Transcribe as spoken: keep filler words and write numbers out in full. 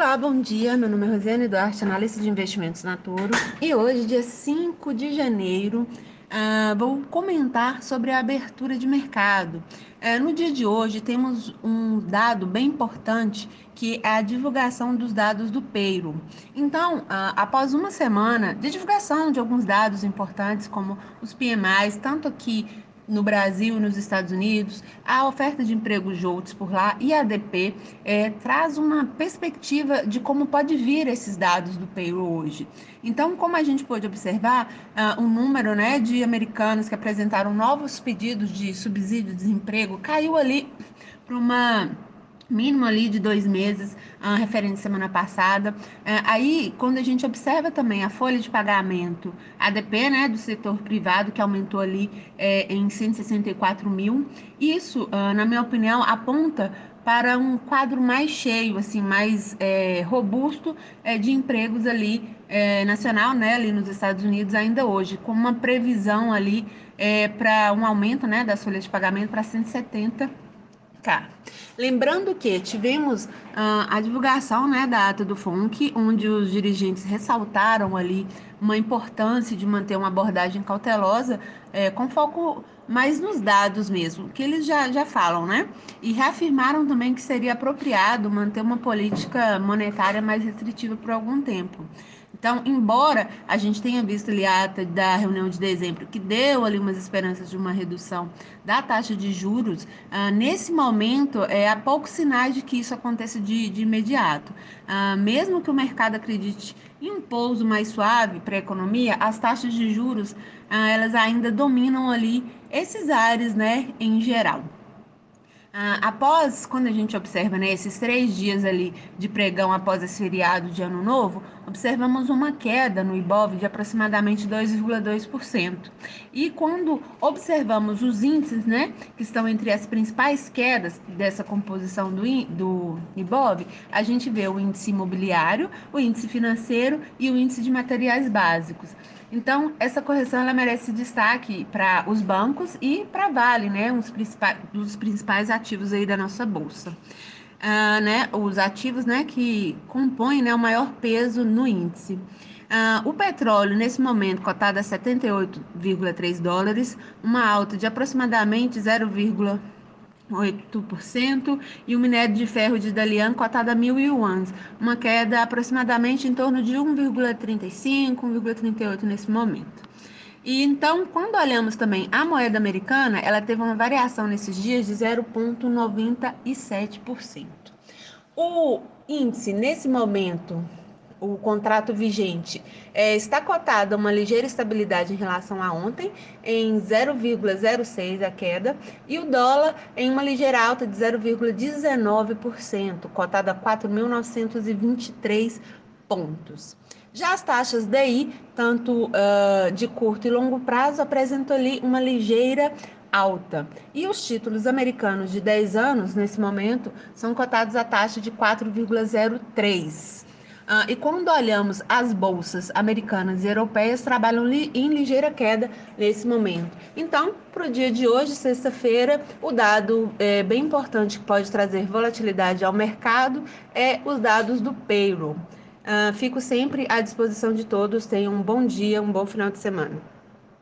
Olá, bom dia. Meu nome é Rosiane Duarte, analista de investimentos na Toro. E hoje, dia cinco de janeiro, ah, vou comentar sobre a abertura de mercado. Eh, no dia de hoje, temos um dado bem importante, que é a divulgação dos dados do payroll. Então, ah, após uma semana de divulgação de alguns dados importantes, como os P M Is, tanto aqui no Brasil e nos Estados Unidos, a oferta de emprego JOLTS por lá e a ADP é, traz uma perspectiva de como pode vir esses dados do payroll hoje. Então, como a gente pôde observar, uh, o número, né, de americanos que apresentaram novos pedidos de subsídio de desemprego caiu ali para uma mínimo ali de dois meses, uh, referente à semana passada. Uh, aí, quando a gente observa também a folha de pagamento A D P, né, do setor privado, que aumentou ali é, em cento e sessenta e quatro mil, isso, uh, na minha opinião, aponta para um quadro mais cheio, assim, mais é, robusto é, de empregos ali é, nacional, né, ali nos Estados Unidos ainda hoje, com uma previsão ali é, para um aumento, né, das folhas de pagamento para cento e setenta. Tá. Lembrando que tivemos ah, a divulgação, né, da ata do F O N C, onde os dirigentes ressaltaram ali uma importância de manter uma abordagem cautelosa, eh, com foco mais nos dados mesmo, que eles já, já falam, né? E reafirmaram também que seria apropriado manter uma política monetária mais restritiva por algum tempo. Então, embora a gente tenha visto ali a ata da reunião de dezembro, que deu ali umas esperanças de uma redução da taxa de juros, ah, nesse momento é, há poucos sinais de que isso aconteça de, de imediato. Ah, mesmo que o mercado acredite em um pouso mais suave para a economia, as taxas de juros ah, elas ainda dominam ali esses ares, né, em geral. Ah, após, quando a gente observa, né, esses três dias ali de pregão após esse feriado de Ano Novo, observamos uma queda no Ibov de aproximadamente dois vírgula dois por cento. E quando observamos os índices, né, que estão entre as principais quedas dessa composição do, do Ibov, a gente vê o índice imobiliário, o índice financeiro e o índice de materiais básicos. Então, essa correção ela merece destaque para os bancos e para a Vale, né, um dos principais, dos principais ativos aí da nossa bolsa. Ah, né, os ativos, né, que compõem, né, o maior peso no índice. Ah, o petróleo, nesse momento, cotado a setenta e oito vírgula três dólares, uma alta de aproximadamente zero vírgula oito por cento, e o minério de ferro de Dalian cotado a mil yuans, uma queda aproximadamente em torno de um vírgula trinta e cinco, um vírgula trinta e oito nesse momento. E então, quando olhamos também a moeda americana, ela teve uma variação nesses dias de zero vírgula noventa e sete por cento. O índice, nesse momento, o contrato vigente, é, está cotado a uma ligeira estabilidade em relação a ontem, em zero vírgula zero seis a queda, e o dólar em uma ligeira alta de zero vírgula dezenove por cento, cotado a quatro mil novecentos e vinte e três pontos. Já as taxas D I, tanto uh, de curto e longo prazo, apresentam ali uma ligeira alta. E os títulos americanos de dez anos, nesse momento, são cotados a taxa de quatro vírgula zero três. Ah, e quando olhamos as bolsas americanas e europeias, trabalham li em ligeira queda nesse momento. Então, para o dia de hoje, sexta-feira, o dado é, bem importante que pode trazer volatilidade ao mercado é os dados do payroll. Ah, fico sempre à disposição de todos. Tenham um bom dia, um bom final de semana.